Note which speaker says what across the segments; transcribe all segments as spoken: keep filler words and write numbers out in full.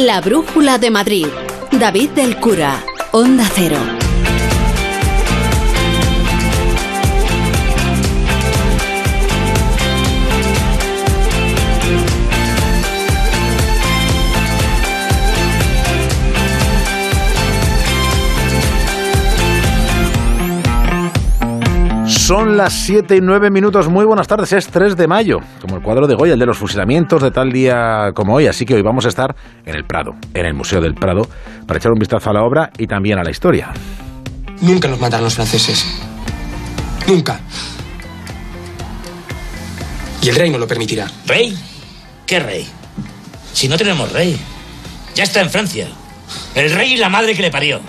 Speaker 1: La Brújula de Madrid. David del Cura, Onda Cero.
Speaker 2: Son las siete y nueve minutos. Muy buenas tardes. Es tres de mayo, como el cuadro de Goya, el de los fusilamientos de tal día como hoy. Así que hoy vamos a estar en el Prado, en el Museo del Prado, para echar un vistazo a la obra y también a la historia.
Speaker 3: Nunca nos mataron los franceses. Nunca. Y el rey no lo permitirá.
Speaker 4: ¿Rey? ¿Qué rey? Si no tenemos rey. Ya está en Francia. El rey y la madre que le parió.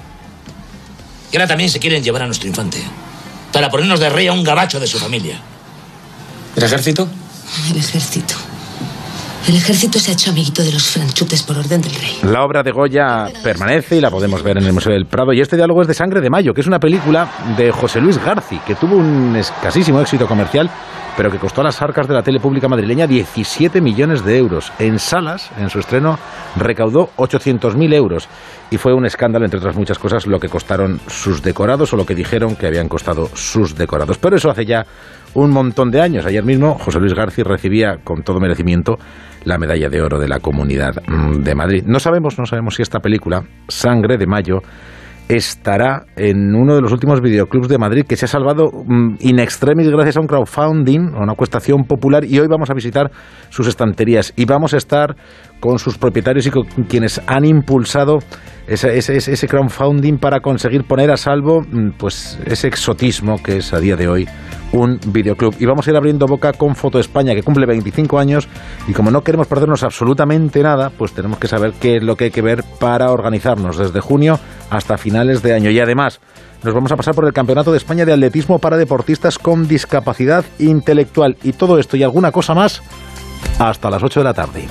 Speaker 4: Y ahora también se quieren llevar a nuestro infante, para ponernos de rey a un gabacho de su familia.
Speaker 3: ¿El ejército?
Speaker 5: El ejército. El ejército se ha hecho amiguito de los franchutes por orden del rey.
Speaker 2: La obra de Goya permanece y la podemos ver en el Museo del Prado. Y este diálogo es de Sangre de Mayo, que es una película de José Luis García, que tuvo un escasísimo éxito comercial, pero que costó a las arcas de la tele pública madrileña diecisiete millones de euros. En salas, en su estreno, recaudó ochocientos mil euros. Y fue un escándalo, entre otras muchas cosas, lo que costaron sus decorados o lo que dijeron que habían costado sus decorados. Pero eso hace ya un montón de años. Ayer mismo José Luis García recibía, con todo merecimiento, la medalla de oro de la Comunidad de Madrid. No sabemos, no sabemos si esta película, Sangre de Mayo, estará en uno de los últimos videoclubs de Madrid, que se ha salvado um, in extremis gracias a un crowdfunding, a una acuestación popular, y hoy vamos a visitar sus estanterías y vamos a estar con sus propietarios y con quienes han impulsado ese, ese, ese crowdfunding para conseguir poner a salvo pues ese exotismo que es a día de hoy un videoclub. Y vamos a ir abriendo boca con Foto España, que cumple veinticinco años, y como no queremos perdernos absolutamente nada, pues tenemos que saber qué es lo que hay que ver para organizarnos desde junio hasta finales de año. Y además nos vamos a pasar por el Campeonato de España de Atletismo para deportistas con discapacidad intelectual. Y todo esto y alguna cosa más hasta las ocho de la tarde.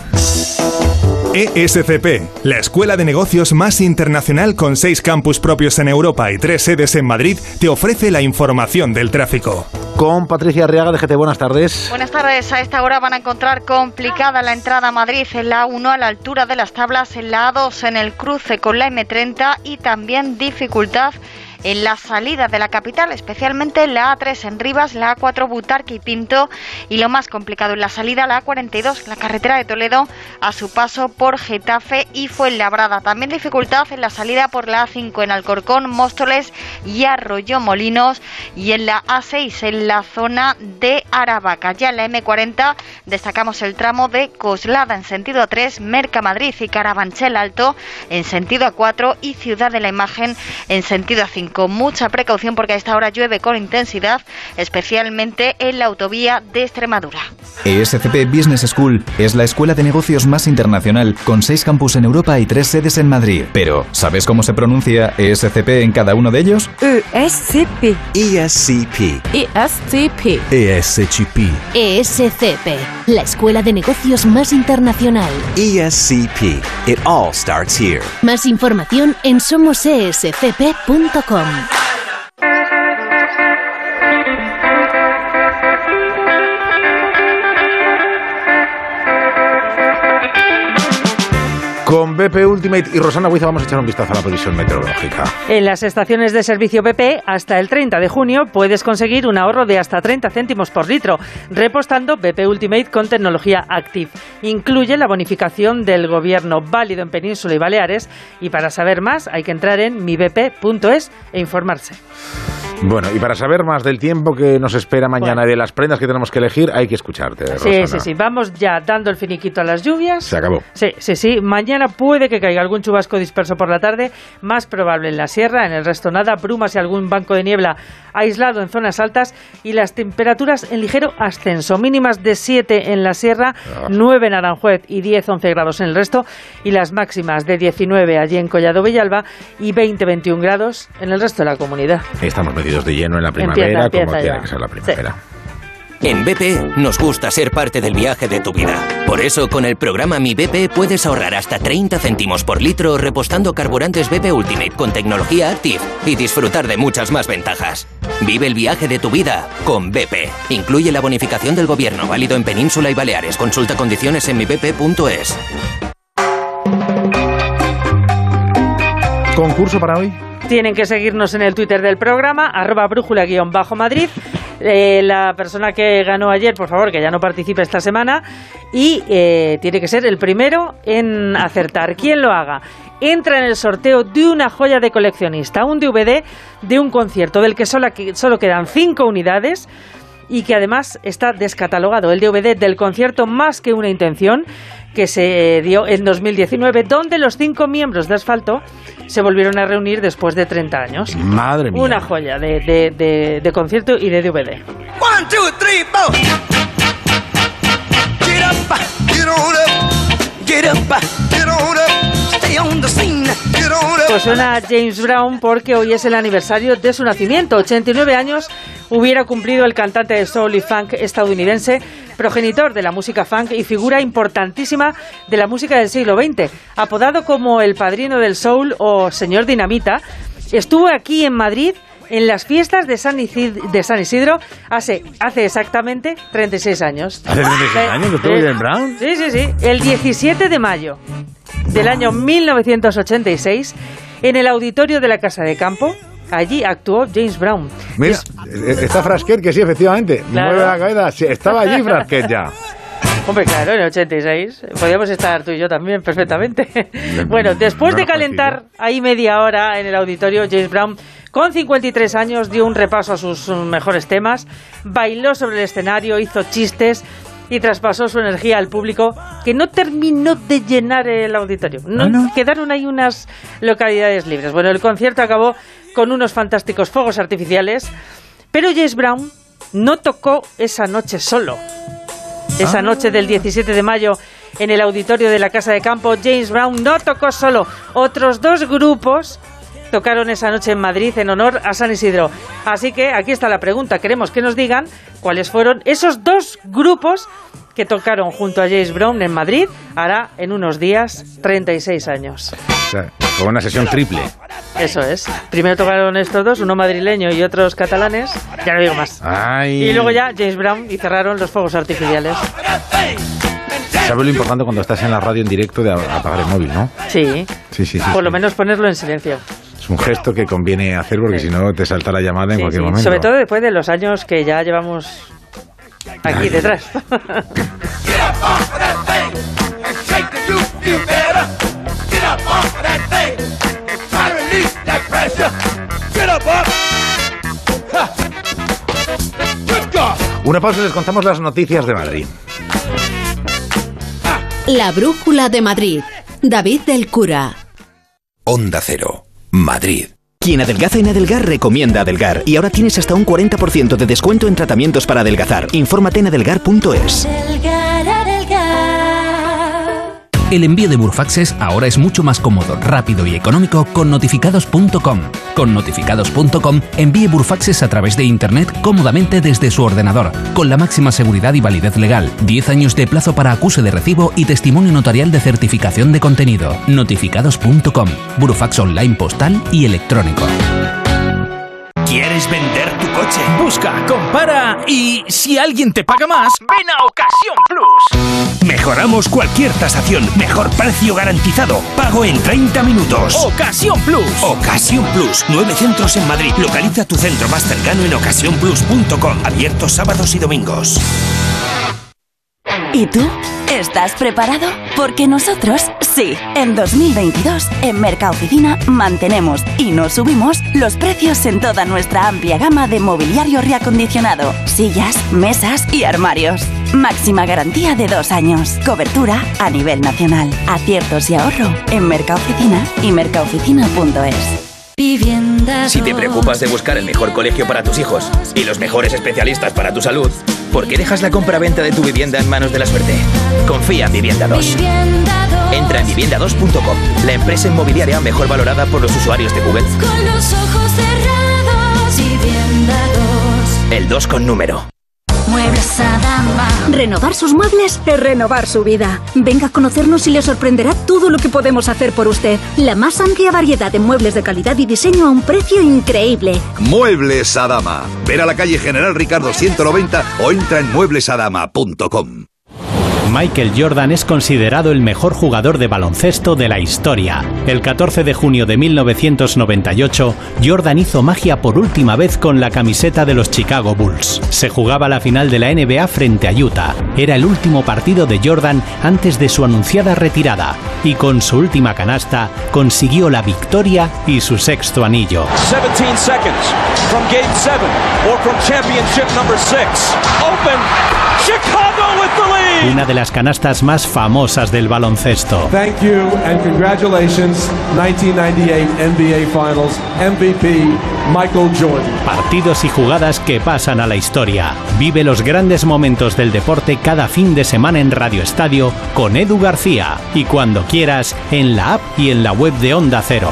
Speaker 6: E S C P, la escuela de negocios más internacional con seis campus propios en Europa y tres sedes en Madrid, te ofrece la información del tráfico.
Speaker 2: Con Patricia Arriaga de G T, buenas tardes.
Speaker 7: Buenas tardes. A esta hora van a encontrar complicada la entrada a Madrid en la A uno a la altura de las Tablas, en la A dos en el cruce con la eme treinta y también dificultad en la salida de la capital, especialmente en la A tres en Rivas, la A cuatro Butarque y Pinto, y lo más complicado en la salida, la A cuarenta y dos, la carretera de Toledo, a su paso por Getafe y Fuenlabrada. También dificultad en la salida por la A cinco en Alcorcón, Móstoles y Arroyomolinos, y en la A seis en la zona de Aravaca. Ya en la eme cuarenta destacamos el tramo de Coslada en sentido A tres, Mercamadrid y Carabanchel Alto en sentido A cuatro y Ciudad de la Imagen en sentido A cinco. Con mucha precaución porque a esta hora llueve con intensidad, especialmente en la autovía de Extremadura.
Speaker 8: E S C P Business School es la escuela de negocios más internacional, con seis campus en Europa y tres sedes en Madrid. Pero, ¿sabes cómo se pronuncia E S C P en cada uno de ellos?
Speaker 9: E S C P.
Speaker 10: E S C P.
Speaker 9: E S C P.
Speaker 10: E S C P.
Speaker 1: E S C P, la escuela de negocios más internacional.
Speaker 10: E S C P. It all starts here.
Speaker 1: Más información en somos e s c p punto com.
Speaker 2: Con B P Ultimate y Rosana Huiza vamos a echar un vistazo a la previsión meteorológica.
Speaker 11: En las estaciones de servicio B P, hasta el treinta de junio, puedes conseguir un ahorro de hasta treinta céntimos por litro, repostando B P Ultimate con tecnología Active. Incluye la bonificación del gobierno, válido en Península y Baleares, y para saber más hay que entrar en mi b p punto es e informarse.
Speaker 2: Bueno, y para saber más del tiempo que nos espera mañana, bueno, y de las prendas que tenemos que elegir, hay que escucharte, Rosana.
Speaker 11: Sí, sí, sí. Vamos ya dando el finiquito a las lluvias.
Speaker 2: Se acabó.
Speaker 11: Sí, sí, sí. Mañana puede que caiga algún chubasco disperso por la tarde, más probable en la sierra, en el resto nada, brumas y algún banco de niebla aislado en zonas altas, y las temperaturas en ligero ascenso, mínimas de siete en la sierra, ah. nueve en Aranjuez y diez a once grados en el resto, y las máximas de diecinueve allí en Collado Villalba y veinte a veintiún grados en el resto de la comunidad.
Speaker 2: Estamos metidos de lleno en la primavera, empieza, empieza como ya. Tiene que ser la primavera.
Speaker 11: Sí.
Speaker 12: En B P nos gusta ser parte del viaje de tu vida. Por eso, con el programa Mi B P puedes ahorrar hasta treinta céntimos por litro repostando carburantes B P Ultimate con tecnología Active y disfrutar de muchas más ventajas. Vive el viaje de tu vida con B P. Incluye la bonificación del gobierno, válido en Península y Baleares. Consulta condiciones en mi b p punto es.
Speaker 2: ¿Concurso para hoy?
Speaker 11: Tienen que seguirnos en el Twitter del programa, arroba brújula-madrid. Eh, la persona que ganó ayer, por favor, que ya no participe esta semana. Y eh, tiene que ser el primero en acertar. Quien lo haga entra en el sorteo de una joya de coleccionista, un D V D de un concierto del que solo, solo quedan cinco unidades y que además está descatalogado. El D V D del concierto Más que una intención, que se dio en dos mil diecinueve, donde los cinco miembros de Asfalto se volvieron a reunir después de treinta años.
Speaker 2: Madre mía.
Speaker 11: Una joya de, de, de, de concierto y de D V D.
Speaker 13: One, two, three, four. Get up, get on up, get up, get on up, stay on the scene, get on up.
Speaker 11: Pues suena a James Brown porque hoy es el aniversario de su nacimiento. ochenta y nueve años hubiera cumplido el cantante de soul y funk estadounidense, progenitor de la música funk y figura importantísima de la música del siglo veinte. Apodado como el padrino del soul o señor Dinamita, estuvo aquí en Madrid en las fiestas de San Isidro, de San Isidro hace, hace exactamente treinta y seis años.
Speaker 2: ¿Hace treinta y seis años que estuvo James Brown?
Speaker 11: Sí, sí, sí. El diecisiete de mayo del año mil novecientos ochenta y seis, en el auditorio de la Casa de Campo, allí actuó James Brown.
Speaker 14: Mira, está Frasquet, que sí, efectivamente.
Speaker 11: Claro.
Speaker 14: Mueve la cabeza. Sí, estaba allí Frasquet ya.
Speaker 11: Hombre, claro, en el ochenta y seis. Podríamos estar tú y yo también perfectamente. Bueno, después de calentar ahí media hora en el auditorio, James Brown, con cincuenta y tres años, dio un repaso a sus mejores temas, bailó sobre el escenario, hizo chistes y traspasó su energía al público, que no terminó de llenar el auditorio. No,
Speaker 2: ¿Ah, no?
Speaker 11: Quedaron ahí unas localidades libres. Bueno, el concierto acabó con unos fantásticos fuegos artificiales, pero James Brown no tocó esa noche solo. Esa noche del diecisiete de mayo, en el auditorio de la Casa de Campo, James Brown no tocó solo. Otros dos grupos tocaron esa noche en Madrid en honor a San Isidro. Así que aquí está la pregunta. Queremos que nos digan cuáles fueron esos dos grupos que tocaron junto a James Brown en Madrid, hará en unos días treinta y seis años.
Speaker 2: O sea, fue una sesión triple.
Speaker 11: Eso es. Primero tocaron estos dos, uno madrileño y otros catalanes. Ya no digo más.
Speaker 2: Ay.
Speaker 11: Y luego ya James Brown y cerraron los fuegos artificiales.
Speaker 2: ¿Sabes lo importante cuando estás en la radio en directo de apagar el móvil, no?
Speaker 11: Sí.
Speaker 2: Sí, sí, sí.
Speaker 11: Por
Speaker 2: sí.
Speaker 11: lo menos ponerlo en silencio.
Speaker 2: Es un gesto que conviene hacer porque sí. si no te salta la llamada en
Speaker 11: Sí,
Speaker 2: cualquier
Speaker 11: sí.
Speaker 2: momento.
Speaker 11: Sobre todo después de los años que ya llevamos aquí
Speaker 2: Ay.
Speaker 11: detrás.
Speaker 2: Una pausa y les contamos las noticias de Madrid.
Speaker 1: La brújula de Madrid. David del Cura.
Speaker 15: Onda Cero, Madrid. Quien adelgaza en Adelgar recomienda Adelgar. Y ahora tienes hasta un cuarenta por ciento de descuento en tratamientos para adelgazar. Infórmate en adelgar punto es.
Speaker 16: El envío de Burfaxes ahora es mucho más cómodo, rápido y económico con notificados punto com. Con notificados punto com envíe Burfaxes a través de Internet cómodamente desde su ordenador, con la máxima seguridad y validez legal, diez años de plazo para acuse de recibo y testimonio notarial de certificación de contenido. notificados punto com, Burfax online postal y electrónico.
Speaker 17: ¿Quieres vender tu coche? Busca, compara y si alguien te paga más, ven a Ocasión Plus. Mejoramos cualquier tasación, mejor precio garantizado, pago en treinta minutos. Ocasión Plus. Ocasión Plus, nueve centros en Madrid. Localiza tu centro más cercano en ocasión plus punto com. Abiertos sábados y domingos.
Speaker 18: ¿Y tú? ¿Estás preparado? Porque nosotros, sí. En dos mil veintidós, en Mercaoficina, mantenemos y no subimos los precios en toda nuestra amplia gama de mobiliario reacondicionado, sillas, mesas y armarios. Máxima garantía de dos años. Cobertura a nivel nacional. Aciertos y ahorro en Mercaoficina y mercaoficina punto es.
Speaker 19: Si te preocupas de buscar el mejor colegio para tus hijos y los mejores especialistas para tu salud, ¿por qué dejas la compra-venta de tu vivienda en manos de la suerte? Confía en Vivienda dos. Entra en vivienda dos punto com, la empresa inmobiliaria mejor valorada por los usuarios de Google.
Speaker 20: Con los ojos cerrados, Vivienda dos.
Speaker 19: El dos con número.
Speaker 20: Muebles Adama.
Speaker 21: Renovar sus muebles es renovar su vida. Venga a conocernos y le sorprenderá todo lo que podemos hacer por usted. La más amplia variedad de muebles de calidad y diseño a un precio increíble.
Speaker 22: Muebles Adama. Ver a la calle General Ricardo ciento noventa o entra en muebles adama punto com.
Speaker 4: Michael Jordan es considerado el mejor jugador de baloncesto de la historia. El catorce de junio de mil novecientos noventa y ocho, Jordan hizo magia por última vez con la camiseta de los Chicago Bulls. Se jugaba la final de la N B A frente a Utah. Era el último partido de Jordan antes de su anunciada retirada. Y con su última canasta, consiguió la victoria y su sexto anillo.
Speaker 22: seventeen seconds from game seven or from championship number six. Open. Chicago with the lead.
Speaker 4: Una de las canastas más famosas del baloncesto.
Speaker 23: Thank you and congratulations, nineteen ninety-eight N B A Finals M V P Michael Jordan.
Speaker 4: Partidos y jugadas que pasan a la historia. Vive los grandes momentos del deporte cada fin de semana en Radio Estadio con Edu García y cuando quieras en la app y en la web de Onda Cero.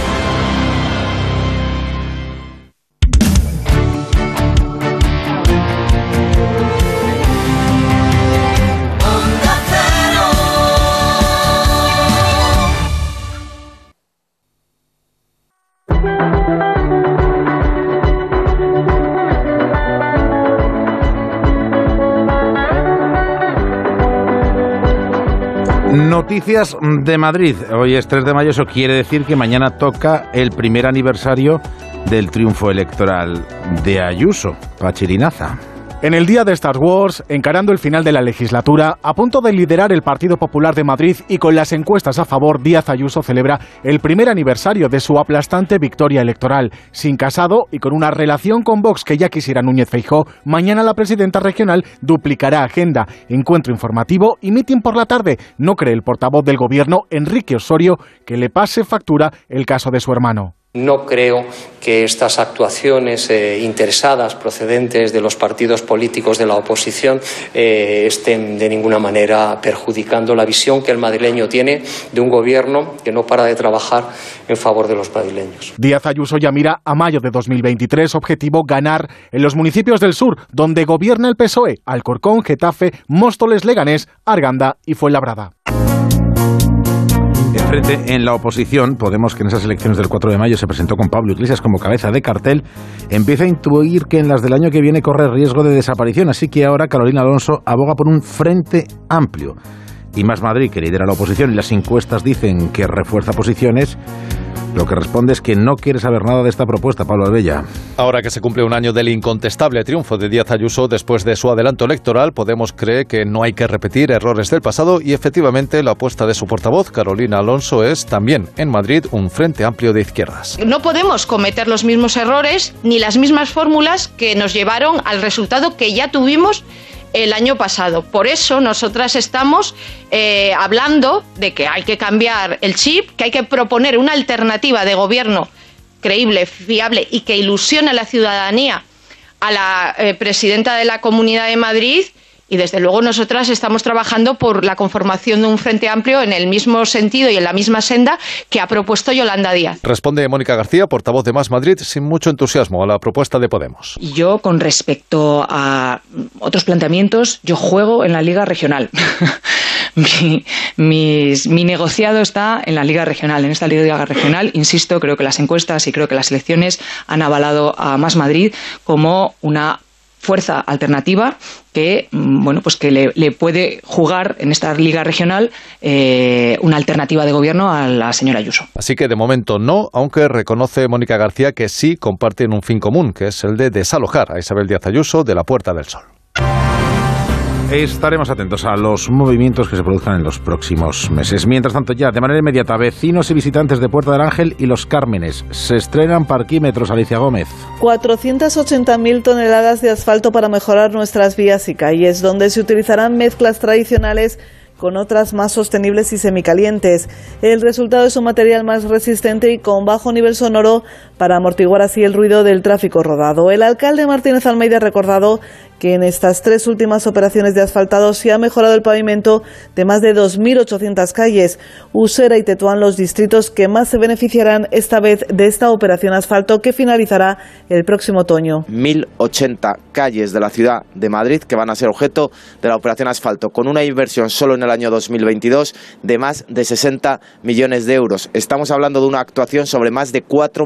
Speaker 2: Noticias de Madrid. Hoy es tres de mayo, eso quiere decir que mañana toca el primer aniversario del triunfo electoral de Ayuso, Pachirinaza.
Speaker 24: En el día de Star Wars, encarando el final de la legislatura, a punto de liderar el Partido Popular de Madrid y con las encuestas a favor, Díaz Ayuso celebra el primer aniversario de su aplastante victoria electoral. Sin Casado y con una relación con Vox que ya quisiera Núñez Feijóo, mañana la presidenta regional duplicará agenda, encuentro informativo y mitin por la tarde. No cree el portavoz del gobierno, Enrique Osorio, que le pase factura el caso de su hermano.
Speaker 25: No creo que estas actuaciones eh, interesadas procedentes de los partidos políticos de la oposición eh, estén de ninguna manera perjudicando la visión que el madrileño tiene de un gobierno que no para de trabajar en favor de los madrileños.
Speaker 24: Díaz Ayuso ya mira a mayo de dos mil veintitrés, objetivo ganar en los municipios del sur, donde gobierna el P S O E, Alcorcón, Getafe, Móstoles, Leganés, Arganda y Fuenlabrada.
Speaker 2: Enfrente, en la oposición, Podemos, que en esas elecciones del cuatro de mayo se presentó con Pablo Iglesias como cabeza de cartel, empieza a intuir que en las del año que viene corre riesgo de desaparición, así que ahora Carolina Alonso aboga por un frente amplio. Y Más Madrid, que lidera la oposición y las encuestas dicen que refuerza posiciones, lo que responde es que no quiere saber nada de esta propuesta. Pablo Albella.
Speaker 26: Ahora que se cumple un año del incontestable triunfo de Díaz Ayuso después de su adelanto electoral, Podemos cree que no hay que repetir errores del pasado y efectivamente la apuesta de su portavoz, Carolina Alonso, es también en Madrid un frente amplio de izquierdas.
Speaker 27: No podemos cometer los mismos errores ni las mismas fórmulas que nos llevaron al resultado que ya tuvimos el año pasado. Por eso nosotras estamos eh, hablando de que hay que cambiar el chip, que hay que proponer una alternativa de gobierno creíble, fiable y que ilusione a la ciudadanía a la eh, presidenta de la Comunidad de Madrid. Y desde luego nosotras estamos trabajando por la conformación de un frente amplio en el mismo sentido y en la misma senda que ha propuesto Yolanda Díaz.
Speaker 26: Responde Mónica García, portavoz de Más Madrid, sin mucho entusiasmo a la propuesta de Podemos.
Speaker 28: Yo, con respecto a otros planteamientos, yo juego en la Liga Regional. mi, mis, mi negociado está en la Liga Regional. En esta Liga Regional, insisto, creo que las encuestas y creo que las elecciones han avalado a Más Madrid como una fuerza alternativa que bueno pues que le, le puede jugar en esta liga regional eh, una alternativa de gobierno a la señora Ayuso.
Speaker 26: Así que de momento no, aunque reconoce Mónica García que sí comparten un fin común, que es el de desalojar a Isabel Díaz Ayuso de la Puerta del Sol.
Speaker 2: Estaremos atentos a los movimientos que se produzcan en los próximos meses. Mientras tanto, ya de manera inmediata, vecinos y visitantes de Puerta del Ángel y Los Cármenes se estrenan parquímetros. Alicia Gómez.
Speaker 29: cuatrocientas ochenta mil toneladas de asfalto para mejorar nuestras vías y calles, donde se utilizarán mezclas tradicionales con otras más sostenibles y semicalientes. El resultado es un material más resistente y con bajo nivel sonoro para amortiguar así el ruido del tráfico rodado. El alcalde Martínez Almeida ha recordado que en estas tres últimas operaciones de asfaltado se ha mejorado el pavimento de más de dos mil ochocientas calles. Usera y Tetuán, los distritos que más se beneficiarán esta vez de esta operación asfalto que finalizará el próximo otoño.
Speaker 30: mil ochenta calles de la ciudad de Madrid que van a ser objeto de la operación asfalto, con una inversión solo en el año dos mil veintidós de más de sesenta millones de euros. Estamos hablando de una actuación sobre más de cuatro millones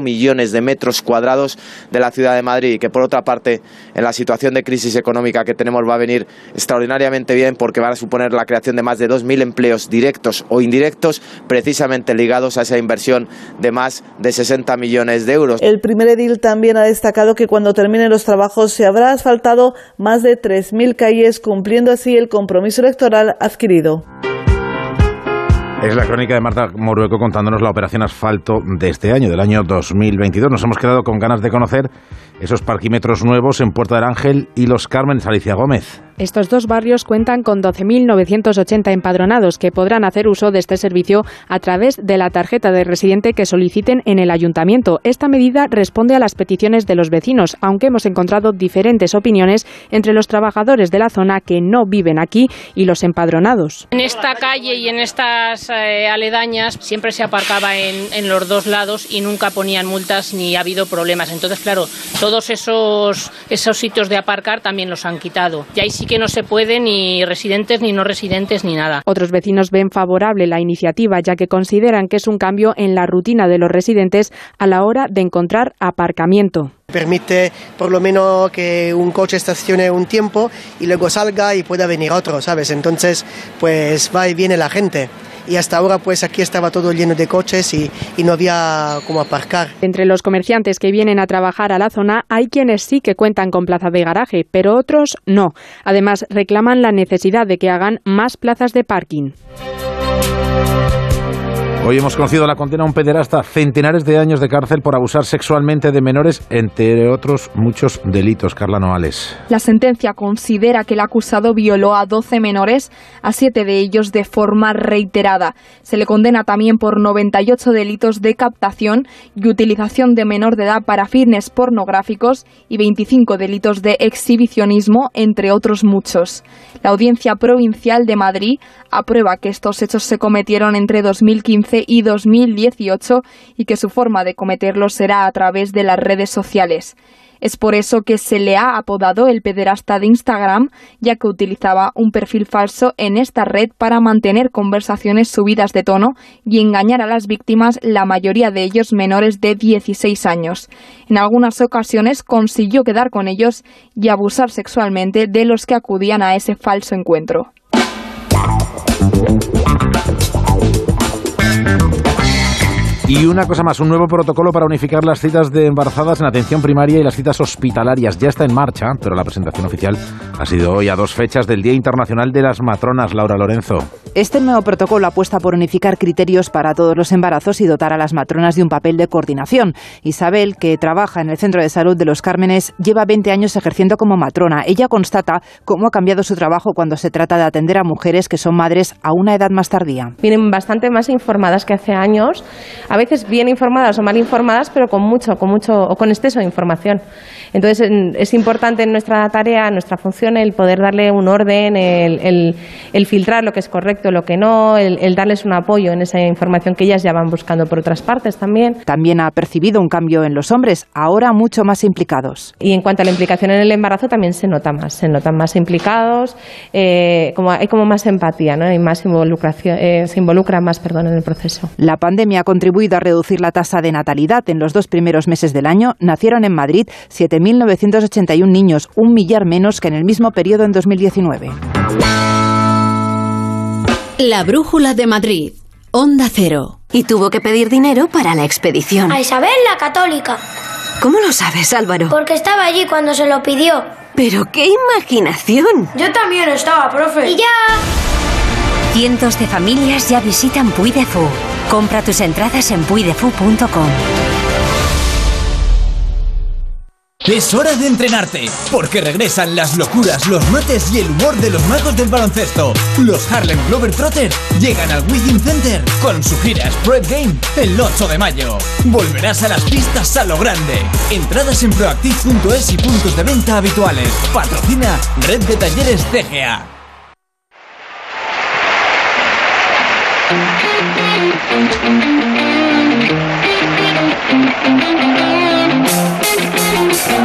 Speaker 30: millones de metros cuadrados de la ciudad de Madrid y que por otra parte en la situación de crisis económica que tenemos va a venir extraordinariamente bien porque van a suponer la creación de más de dos mil empleos directos o indirectos precisamente ligados a esa inversión de más de sesenta millones de euros.
Speaker 29: El primer edil también ha destacado que cuando terminen los trabajos se habrá asfaltado más de tres mil calles, cumpliendo así el compromiso electoral adquirido.
Speaker 2: Es la crónica de Marta Morueco contándonos la operación asfalto de este año, del año dos mil veintidós. Nos hemos quedado con ganas de conocer esos parquímetros nuevos en Puerta del Ángel y Los Cármenes. Alicia Gómez.
Speaker 3: Estos dos barrios cuentan con doce mil novecientos ochenta empadronados que podrán hacer uso de este servicio a través de la tarjeta de residente que soliciten en el ayuntamiento. Esta medida responde a las peticiones de los vecinos, aunque hemos encontrado diferentes opiniones entre los trabajadores de la zona que no viven aquí y los empadronados.
Speaker 5: En esta calle y en estas eh, aledañas siempre se aparcaba en, en los dos lados y nunca ponían multas ni ha habido problemas. Entonces, claro, todos esos, esos sitios de aparcar también los han quitado. Y ahí sí que no se puede ni residentes ni no residentes ni nada.
Speaker 3: Otros vecinos ven favorable la iniciativa ya que consideran que es un cambio en la rutina de los residentes a la hora de encontrar aparcamiento.
Speaker 6: Permite por lo menos que un coche estacione un tiempo y luego salga y pueda venir otro, ¿sabes? Entonces, pues va y viene la gente. Y hasta ahora pues aquí estaba todo lleno de coches y, y no había cómo aparcar.
Speaker 3: Entre los comerciantes que vienen a trabajar a la zona hay quienes sí que cuentan con plaza de garaje, pero otros no. Además reclaman la necesidad de que hagan más plazas de parking.
Speaker 2: Hoy hemos conocido la condena a un pederasta, centenares de años de cárcel por abusar sexualmente de menores, entre otros muchos delitos. Carla Noales.
Speaker 7: La sentencia considera que el acusado violó a doce menores, a siete de ellos de forma reiterada. Se le condena también por noventa y ocho delitos de captación y utilización de menor de edad para fines pornográficos y veinticinco delitos de exhibicionismo, entre otros muchos. La Audiencia Provincial de Madrid aprueba que estos hechos se cometieron entre dos mil quince y dos mil dieciocho y que su forma de cometerlos será a través de las redes sociales. Es por eso que se le ha apodado el pederasta de Instagram, ya que utilizaba un perfil falso en esta red para mantener conversaciones subidas de tono y engañar a las víctimas, la mayoría de ellos menores de dieciséis años. En algunas ocasiones consiguió quedar con ellos y abusar sexualmente de los que acudían a ese falso encuentro.
Speaker 2: Y una cosa más, un nuevo protocolo para unificar las citas de embarazadas en atención primaria y las citas hospitalarias. Ya está en marcha, pero la presentación oficial ha sido hoy a dos fechas del Día Internacional de las Matronas. Laura Lorenzo.
Speaker 8: Este nuevo protocolo apuesta por unificar criterios para todos los embarazos y dotar a las matronas de un papel de coordinación. Isabel, que trabaja en el Centro de Salud de Los Cármenes, lleva veinte años ejerciendo como matrona. Ella constata cómo ha cambiado su trabajo cuando se trata de atender a mujeres que son madres a una edad más tardía.
Speaker 9: Vienen bastante más informadas que hace años. A veces bien informadas o mal informadas, pero con mucho, con mucho o con exceso de información. Entonces es importante en nuestra tarea, en nuestra función, el poder darle un orden, el, el, el filtrar lo que es correcto, lo que no, el, el darles un apoyo en esa información que ellas ya van buscando por otras partes también.
Speaker 8: También ha percibido un cambio en los hombres, ahora mucho más implicados.
Speaker 9: Y en cuanto a la implicación en el embarazo también se nota más, se notan más implicados, eh, como hay como más empatía, ¿no? Hay más involucración, eh, se involucran más, perdón, en el proceso.
Speaker 8: La pandemia ha contribuido a reducir la tasa de natalidad. En los dos primeros meses del año nacieron en Madrid siete mil novecientos ochenta y uno niños, un millar menos que en el mismo periodo en dos mil diecinueve.
Speaker 1: La Brújula de Madrid, Onda Cero.
Speaker 10: Y tuvo que pedir dinero para la expedición.
Speaker 12: A Isabel la Católica.
Speaker 10: ¿Cómo lo sabes, Álvaro?
Speaker 12: Porque estaba allí cuando se lo pidió.
Speaker 10: ¡Pero qué imaginación!
Speaker 12: Yo también estaba, profe. Y ya...
Speaker 10: Cientos de familias ya visitan Puy de Fou. Compra tus entradas en puy de fou punto com.
Speaker 13: Es hora de entrenarte, porque regresan las locuras, los mates y el humor de los magos del baloncesto. Los Harlem Globetrotters llegan al Wizzing Center con su gira Spread Game el ocho de mayo. Volverás a las pistas a lo grande. Entradas en proactive punto es y puntos de venta habituales. Patrocina Red de Talleres C G A.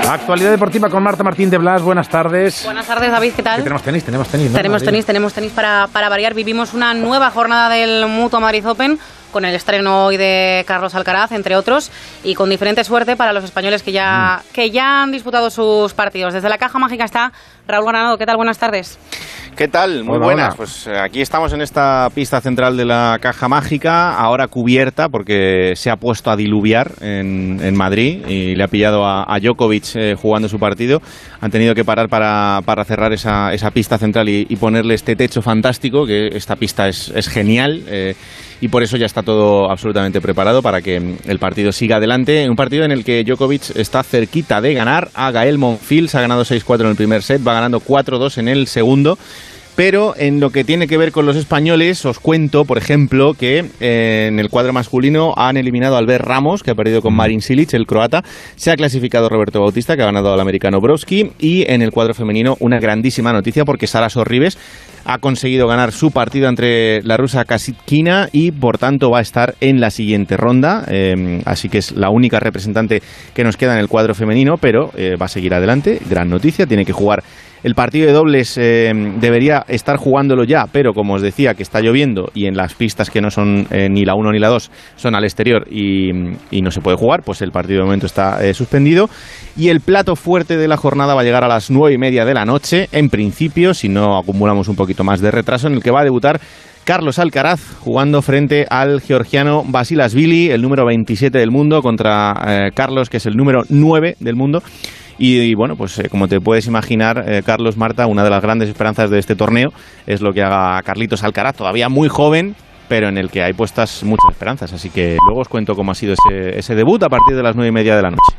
Speaker 2: Actualidad deportiva con Marta Martín de Blas, buenas tardes.
Speaker 11: Buenas tardes, David, ¿qué tal?
Speaker 2: ¿Qué tenemos tenis? Tenemos tenis, ¿no?
Speaker 11: Tenemos tenis, tenemos tenis para, para variar. Vivimos una nueva jornada del Mutua Madrid Open, con el estreno hoy de Carlos Alcaraz, entre otros, y con diferente suerte para los españoles que ya, mm. que ya han disputado sus partidos. Desde la Caja Mágica está Raúl Granado. ¿Qué tal? Buenas tardes.
Speaker 14: ¿Qué tal? Muy
Speaker 2: Hola,
Speaker 14: buenas.
Speaker 2: hola.
Speaker 14: Pues aquí estamos en esta pista central de la Caja Mágica, ahora cubierta porque se ha puesto a diluviar en, en Madrid y le ha pillado a, a Djokovic eh, jugando su partido. Han tenido que parar para, para cerrar esa, esa pista central y, y ponerle este techo fantástico, que esta pista es, es genial. Eh, y por eso ya está todo absolutamente preparado para que el partido siga adelante. Un partido en el que Djokovic está cerquita de ganar a Gael Monfils. Ha ganado seis cuatro en el primer set, va ganando cuatro dos en el segundo. Pero en lo que tiene que ver con los españoles, os cuento, por ejemplo, que eh, en el cuadro masculino han eliminado a Albert Ramos, que ha perdido con Marin Cilic, el croata. Se ha clasificado Roberto Bautista, que ha ganado al americano Broski. Y en el cuadro femenino, una grandísima noticia, porque Sara Sorribes ha conseguido ganar su partido entre la rusa Kasatkina y, por tanto, va a estar en la siguiente ronda. Eh, así que es la única representante que nos queda en el cuadro femenino, pero eh, va a seguir adelante. Gran noticia, tiene que jugar el partido de dobles, eh, debería estar jugándolo ya, pero como os decía que está lloviendo y en las pistas que no son eh, ni la uno ni la dos son al exterior y, y no se puede jugar, pues el partido de momento está eh, suspendido. Y el plato fuerte de la jornada va a llegar a las nueve y media de la noche, en principio, si no acumulamos un poquito más de retraso, en el que va a debutar Carlos Alcaraz jugando frente al georgiano Basilashvili, el número veintisiete del mundo, contra eh, Carlos, que es el número nueve del mundo. Y, y bueno, pues eh, como te puedes imaginar, eh, Carlos, Marta, una de las grandes esperanzas de este torneo es lo que haga Carlitos Alcaraz, todavía muy joven, pero en el que hay puestas muchas esperanzas. Así que luego os cuento cómo ha sido ese, ese debut a partir de las nueve y media de la noche.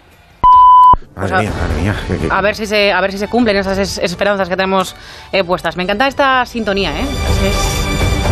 Speaker 2: Madre mía, madre mía. ¿Qué, qué?
Speaker 11: A ver si se, a ver si se cumplen esas es, esperanzas que tenemos eh, puestas. Me encanta esta sintonía, ¿eh? Es...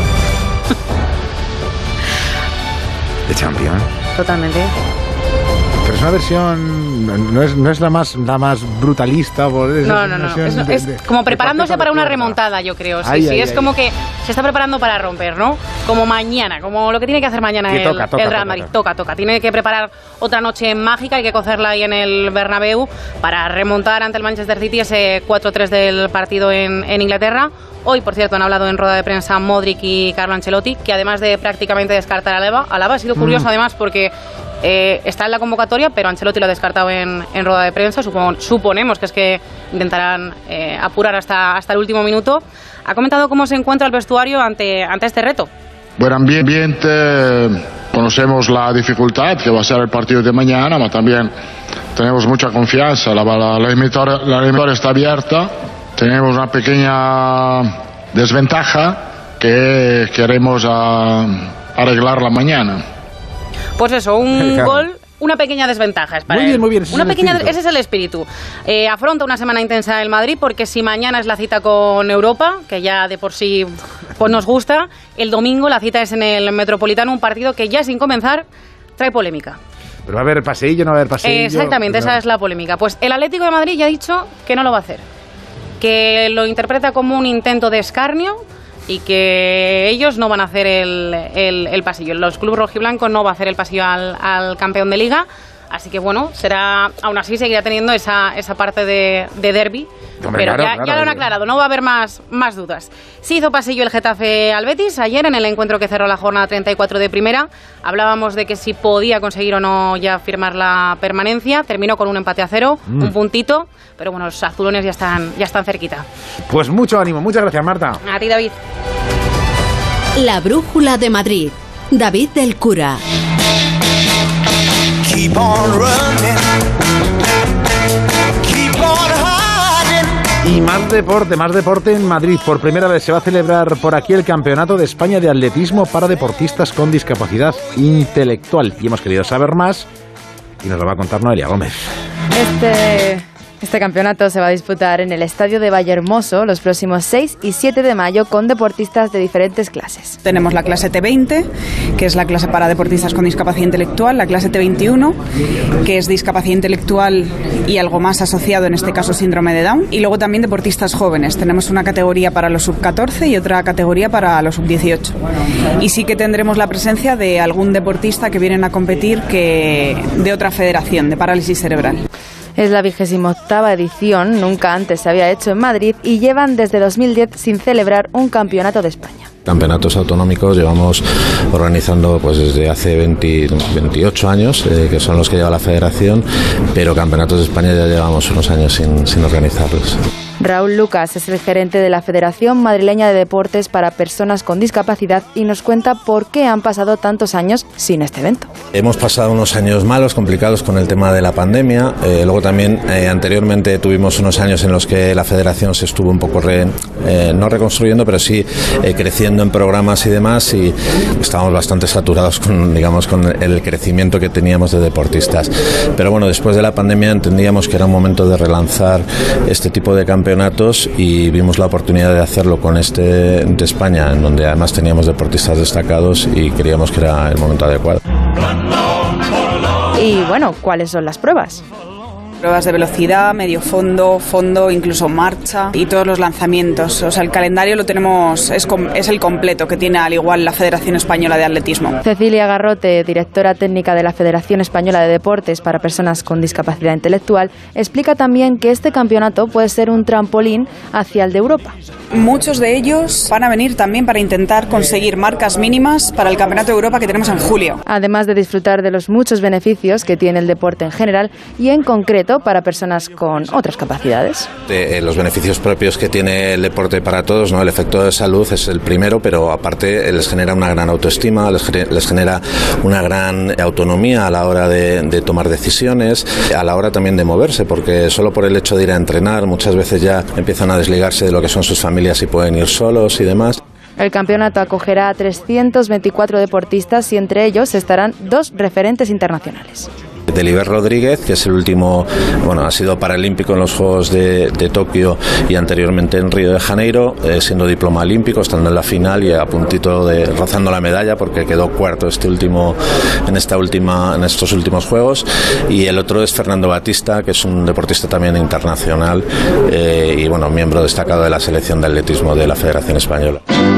Speaker 2: De Champion.
Speaker 11: Totalmente.
Speaker 2: Pero es una versión, no es, no es la más la más brutalista. Es
Speaker 11: no, no, no. Es, de, es como preparándose para una remontada, yo creo. Sí, ay, sí, ay, es ay, como ay. que se está preparando para romper, ¿no? Como mañana, como lo que tiene que hacer mañana el, toca, toca, el Real Madrid. Toca, toca. Tiene que preparar otra noche mágica, hay que cogerla ahí en el Bernabéu para remontar ante el Manchester City ese cuatro tres del partido en, en Inglaterra. Hoy, por cierto, han hablado en rueda de prensa Modric y Carlo Ancelotti, que además de prácticamente descartar a Alaba, Alaba ha sido curioso mm. además porque eh, está en la convocatoria, pero Ancelotti lo ha descartado en, en rueda de prensa. Supon, suponemos que es que intentarán eh, apurar hasta, hasta el último minuto. Ha comentado cómo se encuentra el vestuario ante, ante este reto.
Speaker 15: Buen ambiente, conocemos la dificultad que va a ser el partido de mañana, pero también tenemos mucha confianza. La, la, la eliminatoria la eliminatoria está abierta. Tenemos una pequeña desventaja que queremos a, arreglarla mañana.
Speaker 11: Pues eso, un claro. gol, una pequeña desventaja es para
Speaker 2: muy
Speaker 11: él.
Speaker 2: Bien, muy bien, ese,
Speaker 11: una
Speaker 2: es, el
Speaker 11: pequeña, ese es el espíritu. Eh, afronta una semana intensa el Madrid porque si mañana es la cita con Europa, que ya de por sí pues nos gusta, el domingo la cita es en el Metropolitano, un partido que ya sin comenzar trae polémica.
Speaker 2: Pero va a haber paseillo, no va a haber paseillo.
Speaker 11: Exactamente, esa es la polémica. Pues el Atlético de Madrid ya ha dicho que no lo va a hacer, que lo interpreta como un intento de escarnio y que ellos no van a hacer el, el, el pasillo. Los clubes rojiblancos no va a hacer el pasillo al, al campeón de Liga. Así que bueno, será, aún así seguirá teniendo esa, esa parte de, de derbi. Hombre, pero claro, ya, claro, ya lo han aclarado, no va a haber más, más dudas. Sí hizo pasillo el Getafe al Betis ayer en el encuentro que cerró la jornada treinta y cuatro de primera. Hablábamos de que si podía conseguir o no ya firmar la permanencia. Terminó con un empate a cero, mm. un puntito, pero bueno, los azulones ya están, ya están cerquita.
Speaker 2: Pues mucho ánimo, muchas gracias, Marta.
Speaker 11: A ti, David.
Speaker 1: La brújula de Madrid, David del Cura.
Speaker 16: Keep on running. Keep on hiding.
Speaker 2: Y más deporte, más deporte en Madrid. Por primera vez se va a celebrar por aquí el Campeonato de España de Atletismo para deportistas con discapacidad intelectual. Y hemos querido saber más y nos lo va a contar Noelia Gómez.
Speaker 17: Este... Este campeonato se va a disputar en el Estadio de Vallehermoso los próximos seis y siete de mayo con deportistas de diferentes clases.
Speaker 18: Tenemos la clase T veinte, que es la clase para deportistas con discapacidad intelectual, la clase T veintiuno, que es discapacidad intelectual y algo más asociado, en este caso síndrome de Down, y luego también deportistas jóvenes. Tenemos una categoría para los sub catorce y otra categoría para los sub dieciocho. Y sí que tendremos la presencia de algún deportista que vienen a competir que de otra federación, de parálisis cerebral.
Speaker 17: Es la vigésima octava edición, nunca antes se había hecho en Madrid y llevan desde dos mil diez sin celebrar un campeonato de España.
Speaker 4: Campeonatos autonómicos llevamos organizando pues desde hace veinte, veintiocho años, eh, que son los que lleva la Federación, pero campeonatos de España ya llevamos unos años sin, sin organizarlos.
Speaker 17: Raúl Lucas es el gerente de la Federación Madrileña de Deportes para Personas con Discapacidad y nos cuenta por qué han pasado tantos años sin este evento.
Speaker 4: Hemos pasado unos años malos, complicados con el tema de la pandemia. Eh, luego también eh, anteriormente tuvimos unos años en los que la Federación se estuvo un poco, re, eh, no reconstruyendo, pero sí eh, creciendo en programas y demás, y estábamos bastante saturados con, digamos, con el crecimiento que teníamos de deportistas. Pero bueno, después de la pandemia entendíamos que era un momento de relanzar este tipo de campeonatos y vimos la oportunidad de hacerlo con este de España, en donde además teníamos deportistas destacados y creíamos que era el momento adecuado.
Speaker 17: Y bueno, ¿cuáles son las pruebas?
Speaker 18: Pruebas de velocidad, medio fondo, fondo, incluso marcha y todos los lanzamientos. O sea, el calendario lo tenemos, es, com, es el completo que tiene al igual la Federación Española de Atletismo.
Speaker 17: Cecilia Garrote, directora técnica de la Federación Española de Deportes para Personas con Discapacidad Intelectual, explica también que este campeonato puede ser un trampolín hacia el de Europa.
Speaker 18: Muchos de ellos van a venir también para intentar conseguir marcas mínimas para el Campeonato de Europa que tenemos en julio.
Speaker 17: Además de disfrutar de los muchos beneficios que tiene el deporte en general y en concreto para personas con otras capacidades.
Speaker 4: De, eh, los beneficios propios que tiene el deporte para todos, ¿no? El efecto de salud es el primero, pero aparte les genera una gran autoestima, les, les genera una gran autonomía a la hora de, de tomar decisiones, a la hora también de moverse, porque solo por el hecho de ir a entrenar muchas veces ya empiezan a desligarse de lo que son sus familias y pueden ir solos y demás.
Speaker 17: El campeonato acogerá a trescientos veinticuatro deportistas y entre ellos estarán dos referentes internacionales.
Speaker 4: Deliber Rodríguez, que es el último, bueno, ha sido paralímpico en los Juegos de, de Tokio y anteriormente en Río de Janeiro, eh, siendo diploma olímpico, estando en la final y a puntito de rozando la medalla porque quedó cuarto este último en esta última en estos últimos Juegos. Y el otro es Fernando Batista, que es un deportista también internacional eh, y bueno, miembro destacado de la selección de atletismo de la Federación Española.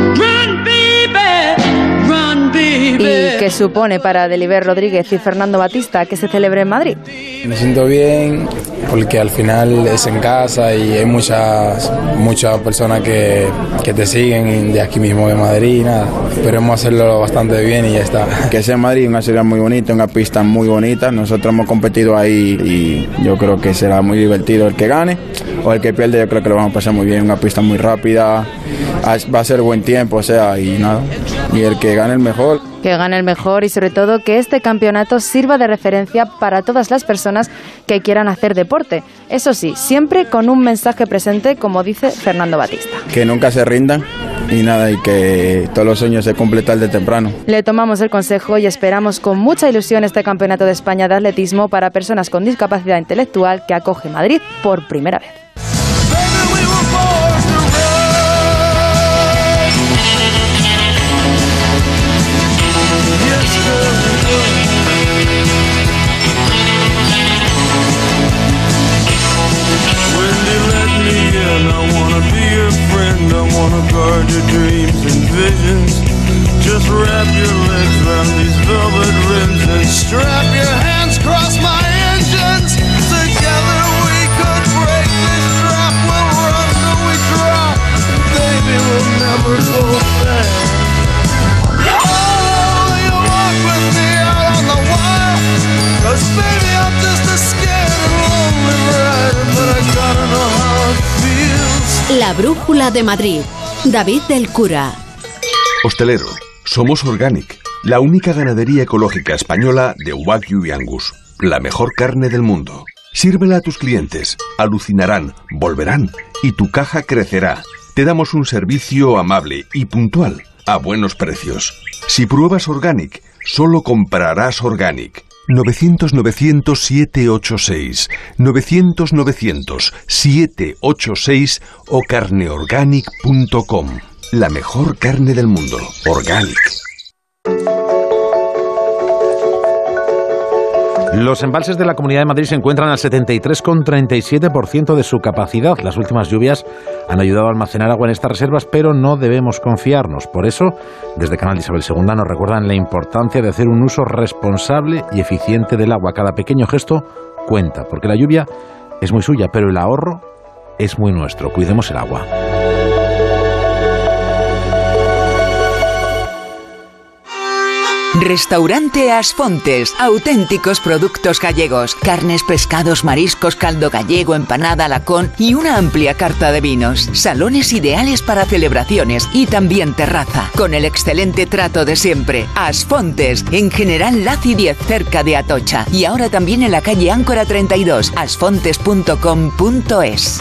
Speaker 17: ¿Y qué supone para Deliber Rodríguez y Fernando Batista que se celebre en Madrid?
Speaker 19: Me siento bien porque al final es en casa y hay muchas muchas personas que, que te siguen de aquí mismo de Madrid. Nada, esperemos hacerlo bastante bien y ya está.
Speaker 20: Que sea en Madrid, una ciudad muy bonita, una pista muy bonita. Nosotros hemos competido ahí y yo creo que será muy divertido el que gane o el que pierde. Yo creo que lo vamos a pasar muy bien, una pista muy rápida, va a ser buen tiempo, o sea, y nada, y el que gane el mejor.
Speaker 17: Que gane el mejor y sobre todo que este campeonato sirva de referencia para todas las personas que quieran hacer deporte. Eso sí, siempre con un mensaje presente, como dice Fernando Batista.
Speaker 20: Que nunca se rindan y nada, y que todos los sueños se completan de temprano.
Speaker 17: Le tomamos el consejo y esperamos con mucha ilusión este Campeonato de España de Atletismo para personas con discapacidad intelectual que acoge Madrid por primera vez.
Speaker 21: I wanna guard your dreams and visions. Just wrap your legs around these velvet rims and strap your hands across my engines. Together we could break this trap. We'll run till we drop. Baby, we'll never go back. Oh, you walk with me out on the wire. 'Cause baby, I'm just a scared and lonely rider, but I gotta know how it feels.
Speaker 1: La Brújula de Madrid. David del Cura.
Speaker 22: Hostelero, somos Organic, la única ganadería ecológica española de Wagyu y Angus, la mejor carne del mundo. Sírvela a tus clientes, alucinarán, volverán y tu caja crecerá. Te damos un servicio amable y puntual, a buenos precios. Si pruebas Organic, solo comprarás Organic. novecientos novecientos siete ocho seis, novecientos novecientos siete ocho seis o carneorganic punto com. La mejor carne del mundo. Organic.
Speaker 2: Los embalses de la Comunidad de Madrid se encuentran al setenta y tres coma treinta y siete por ciento de su capacidad. Las últimas lluvias han ayudado a almacenar agua en estas reservas, pero no debemos confiarnos. Por eso, desde Canal Isabel segunda nos recuerdan la importancia de hacer un uso responsable y eficiente del agua. Cada pequeño gesto cuenta, porque la lluvia es muy suya, pero el ahorro es muy nuestro. Cuidemos el agua.
Speaker 5: Restaurante Asfontes, auténticos productos gallegos, carnes, pescados, mariscos, caldo gallego, empanada, lacón y una amplia carta de vinos. Salones ideales para celebraciones y también terraza, con el excelente trato de siempre. Asfontes, en General Laci diez, cerca de Atocha, y ahora también en la calle Áncora treinta y dos, asfontes punto com punto es.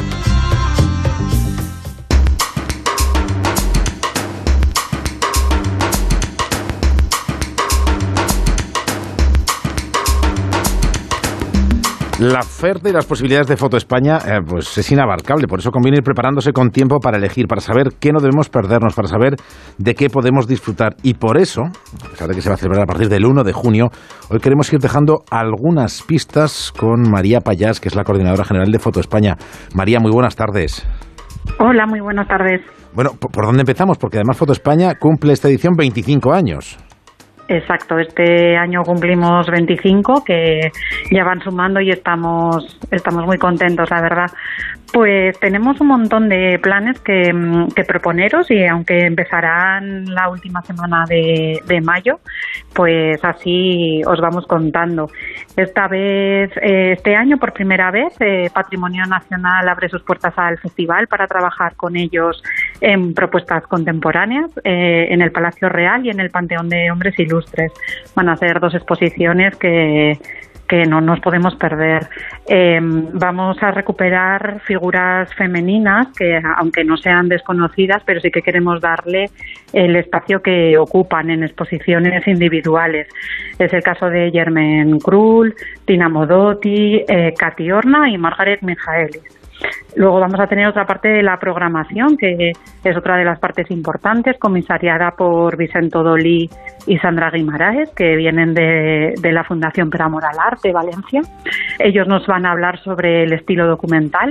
Speaker 2: La oferta y las posibilidades de Foto España eh, pues es inabarcable, por eso conviene ir preparándose con tiempo para elegir, para saber qué no debemos perdernos, para saber de qué podemos disfrutar. Y por eso, a pesar de que se va a celebrar a partir del uno de junio, hoy queremos ir dejando algunas pistas con María Payás, que es la coordinadora general de Foto España. María, muy buenas tardes.
Speaker 6: Hola, muy buenas tardes.
Speaker 2: Bueno, ¿por dónde empezamos? Porque además Foto España cumple esta edición veinticinco años.
Speaker 6: Exacto, este año cumplimos veinticinco, que ya van sumando y estamos estamos muy contentos, la verdad. Pues tenemos un montón de planes que, que proponeros, y aunque empezarán la última semana de, de mayo, pues así os vamos contando. Esta vez, eh, este año, por primera vez, eh, Patrimonio Nacional abre sus puertas al festival para trabajar con ellos en propuestas contemporáneas eh, en el Palacio Real y en el Panteón de Hombres Ilustres. Van a ser dos exposiciones que que no nos podemos perder. Eh, vamos a recuperar figuras femeninas que, aunque no sean desconocidas, pero sí que queremos darle el espacio que ocupan en exposiciones individuales. Es el caso de Germaine Krull, Tina Modotti, eh, Katy Horna y Margaret Michaelis. Luego vamos a tener otra parte de la programación, que es otra de las partes importantes, comisariada por Vicente Dolí y Sandra Guimaraes, que vienen de, de la Fundación Per Amor al Arte, Valencia. Ellos nos van a hablar sobre el estilo documental.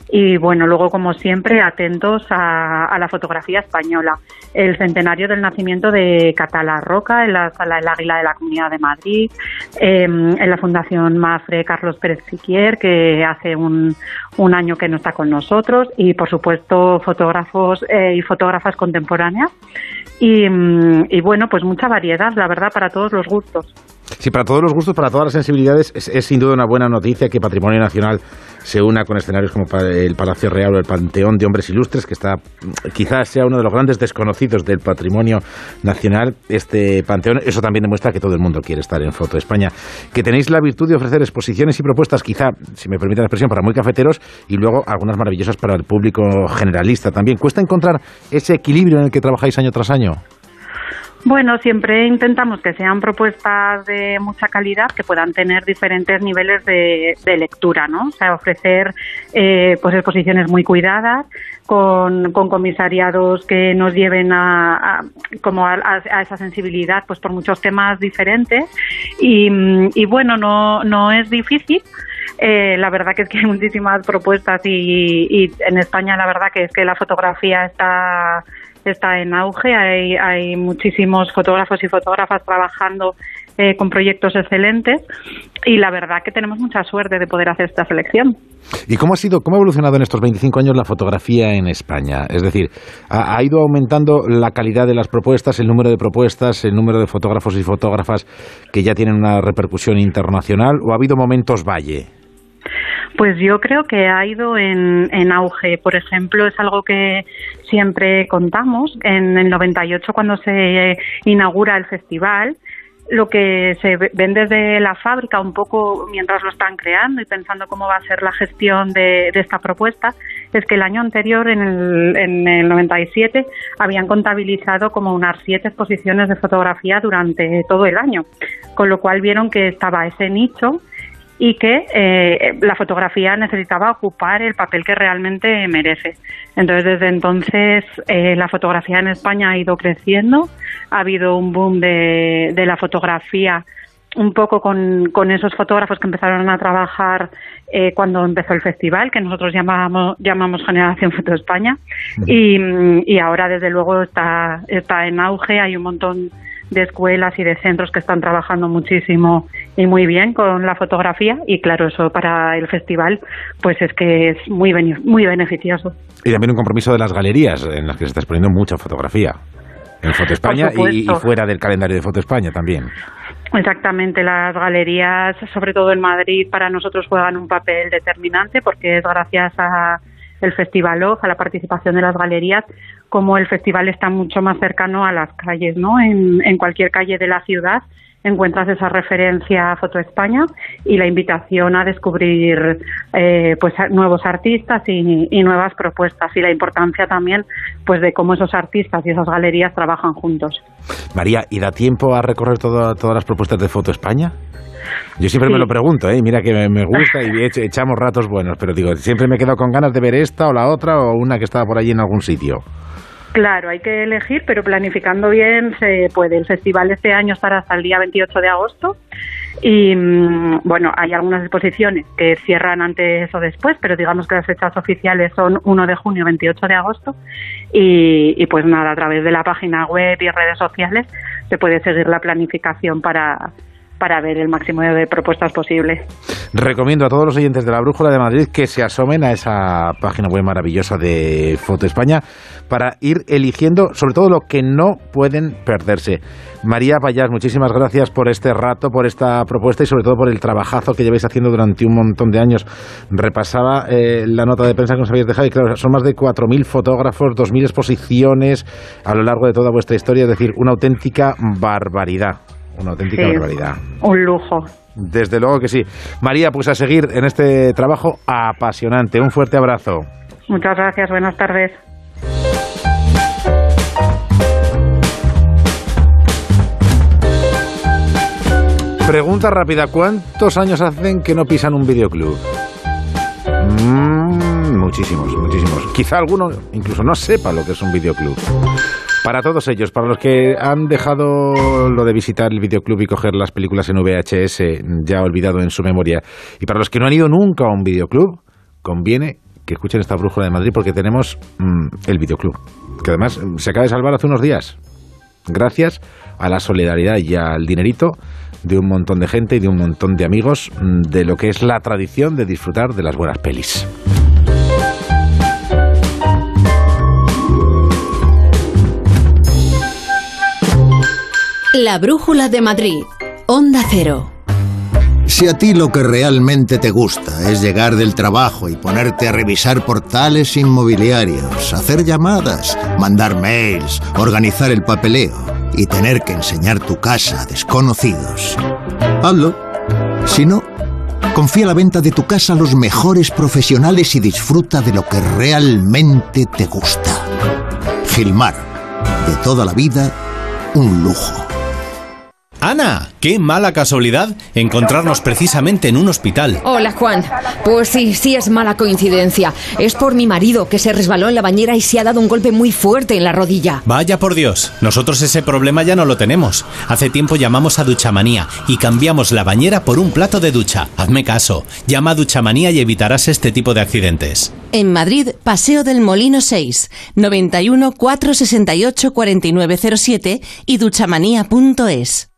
Speaker 6: Y bueno, luego, como siempre, atentos a, a la fotografía española. El centenario del nacimiento de Catala Roca en la Sala del Águila de la Comunidad de Madrid, eh, en la Fundación Mafre Carlos Pérez Siquier, que hace un, un año que no está con nosotros, y por supuesto fotógrafos eh, y fotógrafas contemporáneas. Y, y bueno, pues mucha variedad, la verdad, para todos los gustos.
Speaker 2: Sí, para todos los gustos, para todas las sensibilidades, es, es sin duda una buena noticia que Patrimonio Nacional se una con escenarios como el Palacio Real o el Panteón de Hombres Ilustres, que está quizás sea uno de los grandes desconocidos del patrimonio nacional, este panteón. Eso también demuestra que todo el mundo quiere estar en Foto España. Que tenéis la virtud de ofrecer exposiciones y propuestas, quizá, si me permiten la expresión, para muy cafeteros, y luego algunas maravillosas para el público generalista también. ¿Cuesta encontrar ese equilibrio en el que trabajáis año tras año?
Speaker 6: Bueno, siempre intentamos que sean propuestas de mucha calidad, que puedan tener diferentes niveles de, de lectura, ¿no? O sea, ofrecer eh, pues exposiciones muy cuidadas, con, con comisariados que nos lleven a, a como a, a esa sensibilidad, pues por muchos temas diferentes. Y, y bueno, no, no es difícil. Eh, la verdad que es que hay muchísimas propuestas y, y en España la verdad que es que la fotografía está está en auge, hay, hay muchísimos fotógrafos y fotógrafas trabajando eh, con proyectos excelentes, y la verdad que tenemos mucha suerte de poder hacer esta selección.
Speaker 2: ¿Y cómo ha sido, cómo ha evolucionado en estos veinticinco años la fotografía en España? Es decir, ¿ha, ha ido aumentando la calidad de las propuestas, el número de propuestas, el número de fotógrafos y fotógrafas que ya tienen una repercusión internacional, o ha habido momentos valle?
Speaker 6: Pues yo creo que ha ido en, en auge. Por ejemplo, es algo que siempre contamos. En el noventa y ocho, cuando se inaugura el festival, lo que se ven desde la fábrica, un poco mientras lo están creando y pensando cómo va a ser la gestión de, de esta propuesta, es que el año anterior, en el, en el noventa y siete, habían contabilizado como unas siete exposiciones de fotografía durante todo el año, con lo cual vieron que estaba ese nicho y que eh, la fotografía necesitaba ocupar el papel que realmente merece. Entonces, desde entonces, eh, la fotografía en España ha ido creciendo, ha habido un boom de, de la fotografía, un poco con, con esos fotógrafos que empezaron a trabajar eh, cuando empezó el festival, que nosotros llamamos, llamamos Generación Foto España, y, y ahora, desde luego, está, está en auge, hay un montón de escuelas y de centros que están trabajando muchísimo y muy bien con la fotografía, y claro, eso para el festival pues es que es muy muy beneficioso.
Speaker 2: Y también un compromiso de las galerías, en las que se está exponiendo mucha fotografía, en Foto España y, y fuera del calendario de Foto España también.
Speaker 6: Exactamente, las galerías, sobre todo en Madrid, para nosotros juegan un papel determinante, porque es gracias a el Festival O F, a la participación de las galerías, como el festival está mucho más cercano a las calles, ¿no? En, en cualquier calle de la ciudad encuentras esa referencia a Foto España y la invitación a descubrir eh, pues nuevos artistas y, y nuevas propuestas, y la importancia también pues de cómo esos artistas y esas galerías trabajan juntos.
Speaker 2: María, ¿y da tiempo a recorrer todo, todas las propuestas de Foto España? Yo siempre sí. me lo pregunto, ¿eh? Mira que me, me gusta y echamos ratos buenos, pero digo, siempre me he quedado con ganas de ver esta o la otra o una que estaba por allí en algún sitio.
Speaker 6: Claro, hay que elegir, pero planificando bien se puede. El festival este año estará hasta el día veintiocho de agosto y, bueno, hay algunas exposiciones que cierran antes o después, pero digamos que las fechas oficiales son uno de junio, veintiocho de agosto y, y pues nada, a través de la página web y redes sociales se puede seguir la planificación para... para ver el máximo de propuestas posible.
Speaker 2: Recomiendo a todos los oyentes de La Brújula de Madrid que se asomen a esa página web maravillosa de Foto España para ir eligiendo sobre todo lo que no pueden perderse. María Pallás, muchísimas gracias por este rato, por esta propuesta y sobre todo por el trabajazo que lleváis haciendo durante un montón de años. Repasaba eh, la nota de prensa que nos habéis dejado y claro, son más de cuatro mil fotógrafos, dos mil exposiciones a lo largo de toda vuestra historia, es decir, una auténtica barbaridad. Una auténtica sí, barbaridad.
Speaker 6: Un lujo.
Speaker 2: Desde luego que sí. María, pues a seguir en este trabajo apasionante. Un fuerte abrazo.
Speaker 6: Muchas gracias, buenas tardes.
Speaker 2: Pregunta rápida, ¿cuántos años hacen que no pisan un videoclub? Mm, muchísimos, muchísimos. Quizá alguno incluso no sepa lo que es un videoclub. Para todos ellos, para los que han dejado lo de visitar el videoclub y coger las películas en V H S ya olvidado en su memoria, y para los que no han ido nunca a un videoclub, conviene que escuchen esta Brújula de Madrid porque tenemos mmm, el videoclub, que además se acaba de salvar hace unos días, gracias a la solidaridad y al dinerito de un montón de gente y de un montón de amigos de lo que es la tradición de disfrutar de las buenas pelis.
Speaker 1: La Brújula de Madrid, Onda Cero.
Speaker 3: Si a ti lo que realmente te gusta es llegar del trabajo y ponerte a revisar portales inmobiliarios, hacer llamadas, mandar mails, organizar el papeleo y tener que enseñar tu casa a desconocidos, hazlo. Si no, confía la venta de tu casa a los mejores profesionales y disfruta de lo que realmente te gusta. Gilmar, de toda la vida, un lujo.
Speaker 7: Ana, qué mala casualidad encontrarnos precisamente en un hospital.
Speaker 23: Hola, Juan. Pues sí, sí es mala coincidencia. Es por mi marido, que se resbaló en la bañera y se ha dado un golpe muy fuerte en la rodilla.
Speaker 7: Vaya por Dios, nosotros ese problema ya no lo tenemos. Hace tiempo llamamos a Duchamanía y cambiamos la bañera por un plato de ducha. Hazme caso, llama a Duchamanía y evitarás este tipo de accidentes.
Speaker 1: En Madrid, Paseo del Molino seis, noventa y uno, cuatrocientos sesenta y ocho, cuarenta y nueve cero siete y duchamanía punto es.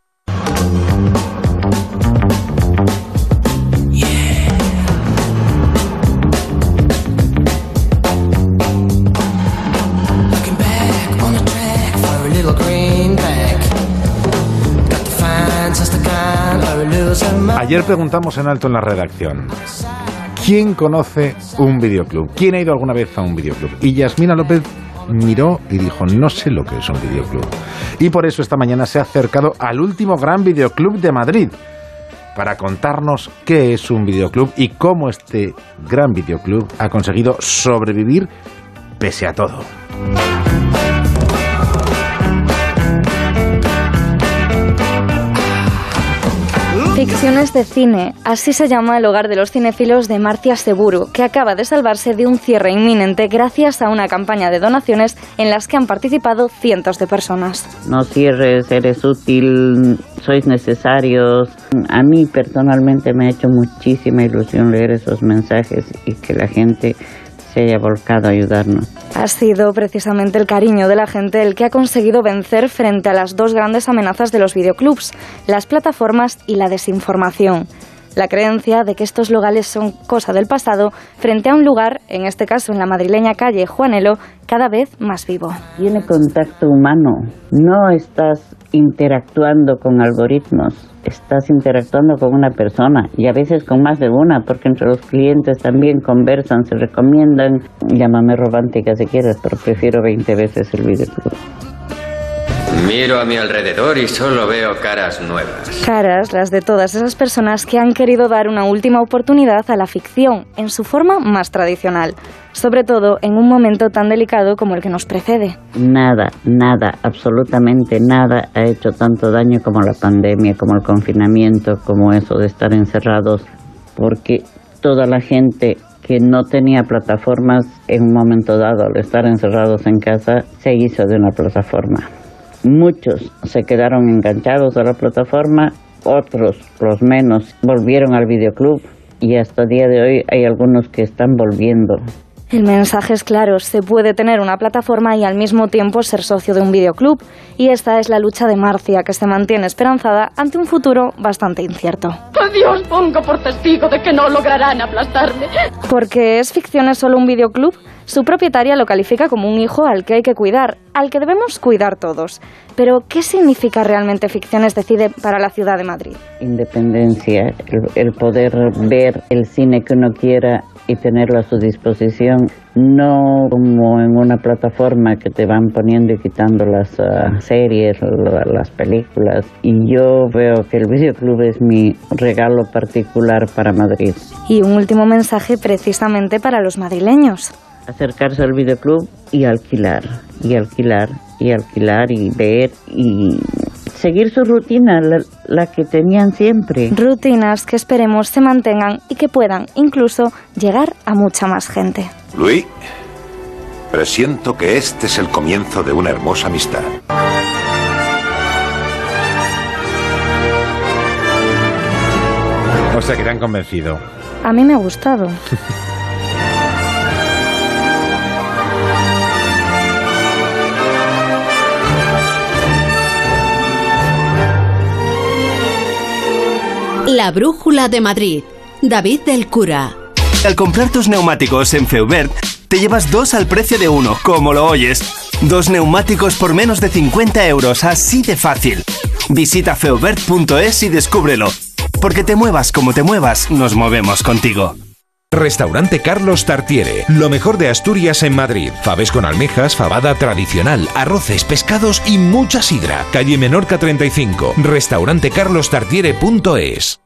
Speaker 2: Ayer preguntamos en alto en la redacción, ¿quién conoce un videoclub? ¿Quién ha ido alguna vez a un videoclub? Y Yasmina López miró y dijo, no sé lo que es un videoclub. Y por eso esta mañana se ha acercado al último gran videoclub de Madrid para contarnos qué es un videoclub y cómo este gran videoclub ha conseguido sobrevivir pese a todo.
Speaker 17: Ficciones de cine, así se llama el hogar de los cinéfilos de Marcia Seguro, que acaba de salvarse de un cierre inminente gracias a una campaña de donaciones en las que han participado cientos de personas.
Speaker 24: No cierres, eres útil, sois necesarios. A mí personalmente me ha hecho muchísima ilusión leer esos mensajes y que la gente se haya volcado a ayudarnos.
Speaker 17: Ha sido precisamente el cariño de la gente el que ha conseguido vencer frente a las dos grandes amenazas de los videoclubs, las plataformas y la desinformación. La creencia de que estos locales son cosa del pasado frente a un lugar, en este caso en la madrileña calle Juanelo, cada vez más vivo.
Speaker 24: Tiene contacto humano, no estás interactuando con algoritmos, estás interactuando con una persona y a veces con más de una, porque entre los clientes también conversan, se recomiendan. Llámame romántica si quieres, pero prefiero veinte veces el videoclub.
Speaker 8: Miro a mi alrededor y solo veo caras nuevas.
Speaker 17: Caras, las de todas esas personas que han querido dar una última oportunidad a la ficción en su forma más tradicional, sobre todo en un momento tan delicado como el que nos precede.
Speaker 24: Nada, nada, absolutamente nada ha hecho tanto daño como la pandemia, como el confinamiento, como eso de estar encerrados, porque toda la gente que no tenía plataformas en un momento dado, al estar encerrados en casa, se hizo de una plataforma. Muchos se quedaron enganchados a la plataforma, otros, los menos, volvieron al videoclub y hasta el día de hoy hay algunos que están volviendo.
Speaker 17: El mensaje es claro, se puede tener una plataforma y al mismo tiempo ser socio de un videoclub. Y esta es la lucha de Marcia, que se mantiene esperanzada ante un futuro bastante incierto.
Speaker 9: ¡Que Dios ponga por testigo de que no lograrán aplastarme!
Speaker 17: Porque ¿es ficción es solo un videoclub? Su propietaria lo califica como un hijo al que hay que cuidar, al que debemos cuidar todos. Pero, ¿qué significa realmente Ficciones Decide para la ciudad de Madrid?
Speaker 24: Independencia, el, el poder ver el cine que uno quiera y tenerlo a su disposición, no como en una plataforma que te van poniendo y quitando las uh, series, las películas. Y yo veo que el videoclub es mi regalo particular para Madrid.
Speaker 17: Y un último mensaje precisamente para los madrileños.
Speaker 24: Acercarse al videoclub y alquilar, y alquilar, y alquilar, y ver, y seguir su rutina, la, la que tenían siempre.
Speaker 17: Rutinas que esperemos se mantengan y que puedan incluso llegar a mucha más gente.
Speaker 22: Luis, presiento que este es el comienzo de una hermosa amistad.
Speaker 2: O sea que te han convencido.
Speaker 17: A mí me ha gustado.
Speaker 1: La Brújula de Madrid. David del Cura.
Speaker 10: Al comprar tus neumáticos en Feubert, te llevas dos al precio de uno, como lo oyes. Dos neumáticos por menos de cincuenta euros, así de fácil. Visita feubert punto es y descúbrelo. Porque te muevas como te muevas, nos movemos contigo.
Speaker 12: Restaurante Carlos Tartiere, lo mejor de Asturias en Madrid. Faves con almejas, fabada tradicional, arroces, pescados y mucha sidra. Calle Menorca treinta y cinco. Restaurante carlos tartiere punto es.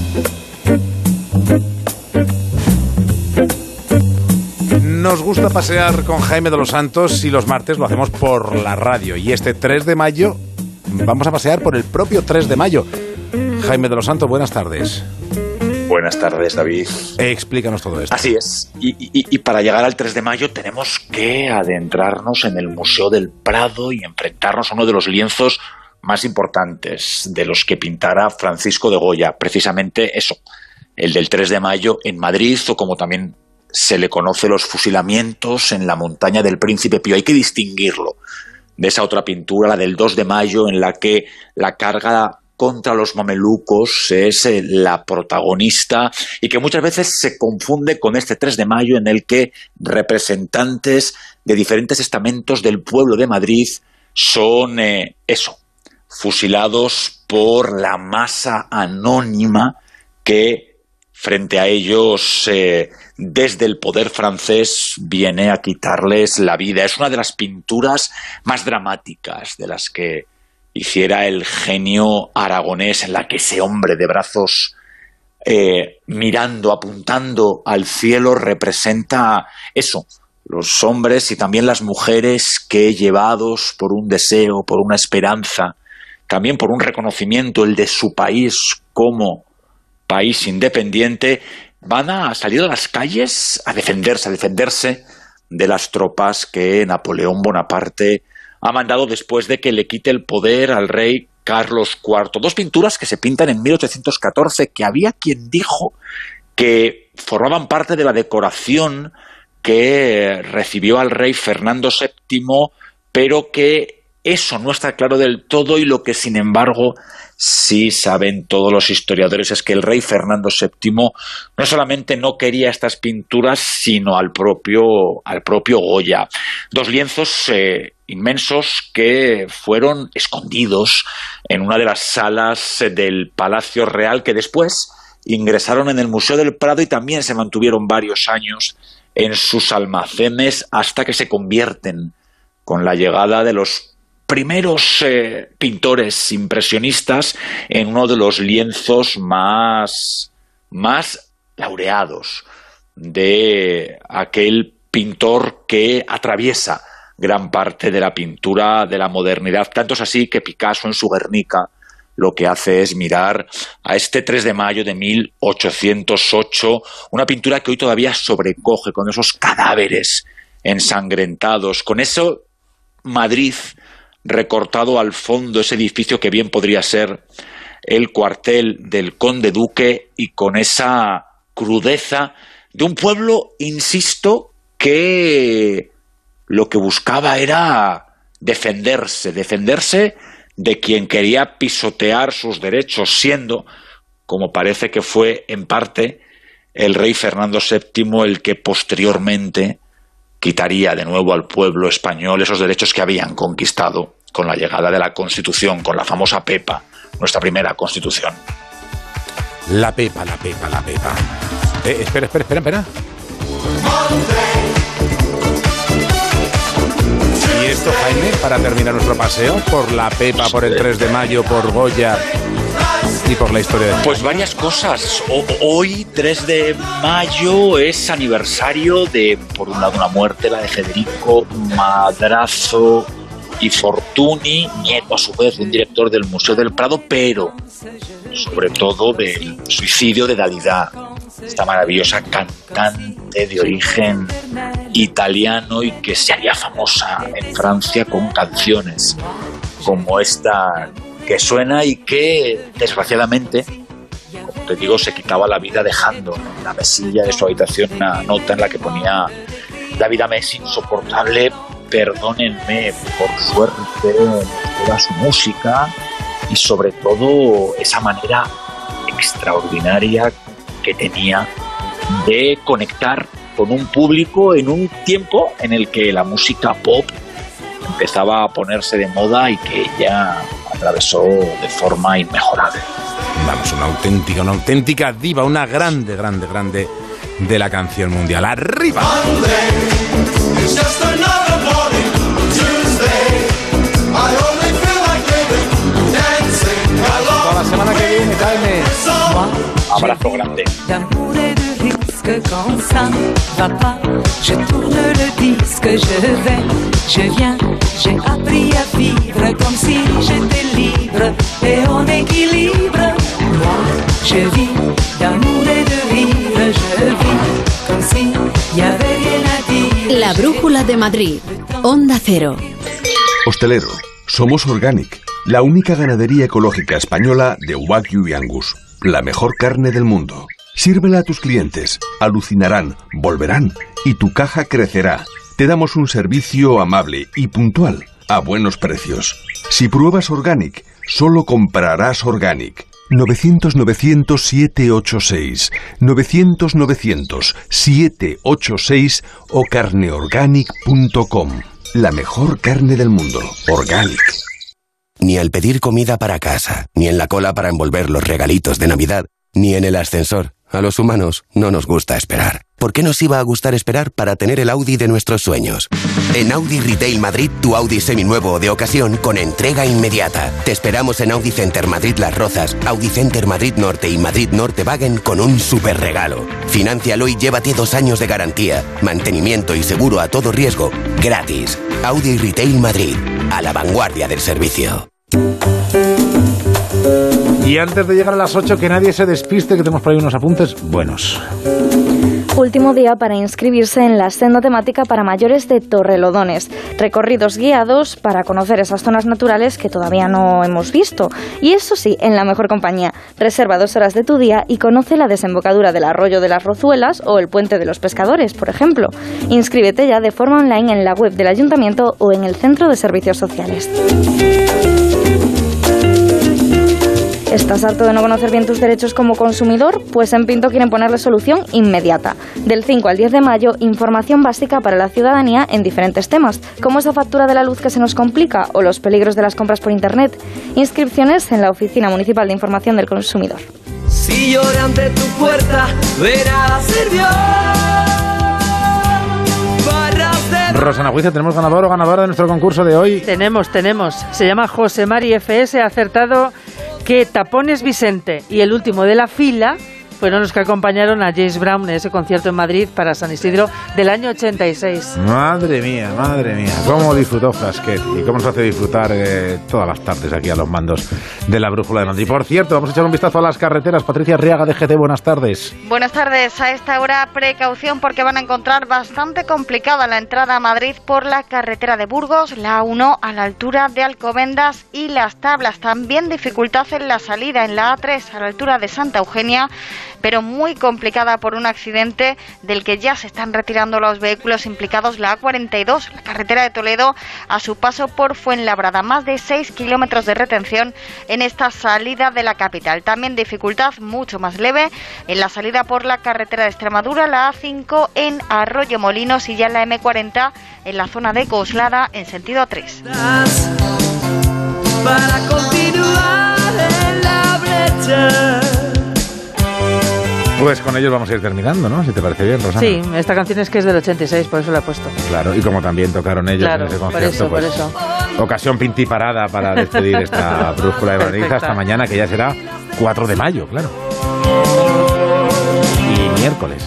Speaker 2: Nos gusta pasear con Jaime de los Santos y los martes lo hacemos por la radio. Y este tres de mayo vamos a pasear por el propio tres de mayo. Jaime de los Santos, buenas tardes.
Speaker 25: Buenas tardes, David.
Speaker 2: Explícanos todo esto.
Speaker 25: Así es. Y, y, y para llegar al tres de mayo tenemos que adentrarnos en el Museo del Prado y enfrentarnos a uno de los lienzos más importantes de los que pintara Francisco de Goya. Precisamente eso, el del tres de mayo en Madrid, o como también se le conoce, los fusilamientos en la montaña del Príncipe Pío. Hay que distinguirlo de esa otra pintura, la del dos de mayo, en la que la carga contra los mamelucos es eh, la protagonista y que muchas veces se confunde con este tres de mayo en el que representantes de diferentes estamentos del pueblo de Madrid son eh, eso, fusilados por la masa anónima que frente a ellos eh, desde el poder francés viene a quitarles la vida. Es una de las pinturas más dramáticas de las que hiciera el genio aragonés, en la que ese hombre de brazos eh, mirando, apuntando al cielo, representa eso, los hombres y también las mujeres que, llevados por un deseo, por una esperanza, también por un reconocimiento, el de su país como país independiente, van a salir a las calles a defenderse, a defenderse de las tropas que Napoleón Bonaparte ha mandado después de que le quite el poder al rey Carlos cuarto. Dos pinturas que se pintan en mil ochocientos catorce, que había quien dijo que formaban parte de la decoración que recibió al rey Fernando séptimo, pero que eso no está claro del todo, y lo que sin embargo sí saben todos los historiadores es que el rey Fernando séptimo no solamente no quería estas pinturas, sino al propio, al propio Goya. Dos lienzos eh, inmensos que fueron escondidos en una de las salas del Palacio Real, que después ingresaron en el Museo del Prado y también se mantuvieron varios años en sus almacenes hasta que se convierten con la llegada de los primeros eh, pintores impresionistas en uno de los lienzos más, más laureados de aquel pintor que atraviesa gran parte de la pintura de la modernidad. Tanto es así que Picasso en su Guernica lo que hace es mirar a este tres de mayo de mil ochocientos ocho, una pintura que hoy todavía sobrecoge con esos cadáveres ensangrentados, con eso Madrid recortado al fondo, ese edificio que bien podría ser el cuartel del conde duque, y con esa crudeza de un pueblo, insisto, que lo que buscaba era defenderse, defenderse de quien quería pisotear sus derechos, siendo, como parece que fue en parte, el rey Fernando séptimo el que posteriormente quitaría de nuevo al pueblo español esos derechos que habían conquistado con la llegada de la Constitución, con la famosa Pepa, nuestra primera Constitución.
Speaker 2: La Pepa, la Pepa, la Pepa. Eh, espera, espera, espera, espera. ¿Y esto, Jaime, para terminar nuestro paseo por la Pepa, por el tres de mayo, por Goya y por la historia de España?
Speaker 25: Pues varias cosas. O, hoy, tres de mayo, es aniversario de, por un lado, una muerte, la de Federico Madrazo y Fortuny, nieto a su vez de un director del Museo del Prado, pero sobre todo del suicidio de Dalida, esta maravillosa cantante de origen italiano y que se haría famosa en Francia con canciones como esta que suena y que, desgraciadamente, como te digo, se quitaba la vida dejando en la mesilla de su habitación una nota en la que ponía: la vida me es insoportable, perdónenme, por suerte toda su música y sobre todo esa manera extraordinaria que tenía de conectar con un público en un tiempo en el que la música pop empezaba a ponerse de moda y que ella atravesó de forma inmejorable.
Speaker 2: Vamos, una auténtica, una auténtica diva, una grande, grande, grande de la canción mundial. ¡Arriba! Hasta la semana que viene, Jaime.
Speaker 25: Abrazo grande.
Speaker 21: Quand ça va pas, je tourne le disque, je vais, je viens, j'ai appris à vivre comme si j'étais libre et en équilibre. Moi, je vis d'amour et de rire, je vis comme si y avait rien à dire.
Speaker 11: La Brújula de Madrid, Onda Cero.
Speaker 22: Hostelero, somos Organic, la única ganadería ecológica española de Wagyu y Angus, la mejor carne del mundo. Sírvela a tus clientes, alucinarán, volverán y tu caja crecerá. Te damos un servicio amable y puntual, a buenos precios. Si pruebas Organic, solo comprarás Organic. novecientos novecientos siete ocho seis, novecientos novecientos siete ocho seis o carneorganic punto com. La mejor carne del mundo, Organic.
Speaker 13: Ni al pedir comida para casa, ni en la cola para envolver los regalitos de Navidad, ni en el ascensor. A los humanos no nos gusta esperar. ¿Por qué nos iba a gustar esperar para tener el Audi de nuestros sueños? En Audi Retail Madrid, tu Audi seminuevo o de ocasión con entrega inmediata. Te esperamos en Audi Center Madrid Las Rozas, Audi Center Madrid Norte y Madrid Norte Wagen con un super regalo. Fináncialo y llévate dos años de garantía, mantenimiento y seguro a todo riesgo, gratis. Audi Retail Madrid, a la vanguardia del servicio.
Speaker 2: Y antes de llegar a las ocho, que nadie se despiste, que tenemos por ahí unos apuntes buenos.
Speaker 17: Último día para inscribirse en la senda temática para mayores de Torrelodones. Recorridos guiados para conocer esas zonas naturales que todavía no hemos visto. Y eso sí, en la mejor compañía. Reserva dos horas de tu día y conoce la desembocadura del Arroyo de las Rozuelas o el Puente de los Pescadores, por ejemplo. Inscríbete ya de forma online en la web del Ayuntamiento o en el Centro de Servicios Sociales. ¿Estás harto de no conocer bien tus derechos como consumidor? Pues en Pinto quieren ponerle solución inmediata. Del cinco al diez de mayo, información básica para la ciudadanía en diferentes temas, como esa factura de la luz que se nos complica o los peligros de las compras por Internet. Inscripciones en la Oficina Municipal de Información del Consumidor.
Speaker 4: Si lloré ante tu puerta, de nada sirvió.
Speaker 2: Rosana Juicio, ¿tenemos ganador o ganadora de nuestro concurso de hoy?
Speaker 14: Tenemos, tenemos. Se llama José Mari F S, ha acertado que Tapones Vicente y el último de la fila fueron los que acompañaron a James Brown en ese concierto en Madrid para San Isidro del año ochenta y seis.
Speaker 2: Madre mía, madre mía, cómo disfrutó Frasquet y cómo nos hace disfrutar eh, todas las tardes aquí a los mandos de la Brújula de Madrid. Por cierto, vamos a echar un vistazo a las carreteras. Patricia Arriaga de G T, buenas tardes.
Speaker 15: Buenas tardes. A esta hora, precaución porque van a encontrar bastante complicada la entrada a Madrid por la carretera de Burgos, la A uno a la altura de Alcobendas y Las Tablas. También dificultad en la salida en la A tres a la altura de Santa Eugenia, pero muy complicada por un accidente del que ya se están retirando los vehículos implicados. La A cuarenta y dos, la carretera de Toledo, a su paso por Fuenlabrada. Más de seis kilómetros de retención en esta salida de la capital. También dificultad mucho más leve en la salida por la carretera de Extremadura, la A cinco en Arroyo Molinos y ya la eme cuarenta en la zona de Coslada en sentido A tres.
Speaker 4: Para continuar en la brecha.
Speaker 2: Pues con ellos vamos a ir terminando, ¿no? Si te parece bien, Rosana.
Speaker 14: Sí, esta canción es que es del ochenta y seis, por eso la he puesto.
Speaker 2: Claro, y como también tocaron ellos
Speaker 14: claro,
Speaker 2: en ese concierto,
Speaker 14: por eso,
Speaker 2: pues
Speaker 14: por eso.
Speaker 2: Ocasión pintiparada para despedir esta Brújula de Madrid hasta mañana, que ya será cuatro de mayo, claro. Y miércoles.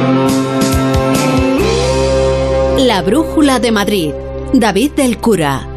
Speaker 11: La Brújula de Madrid. David del Cura.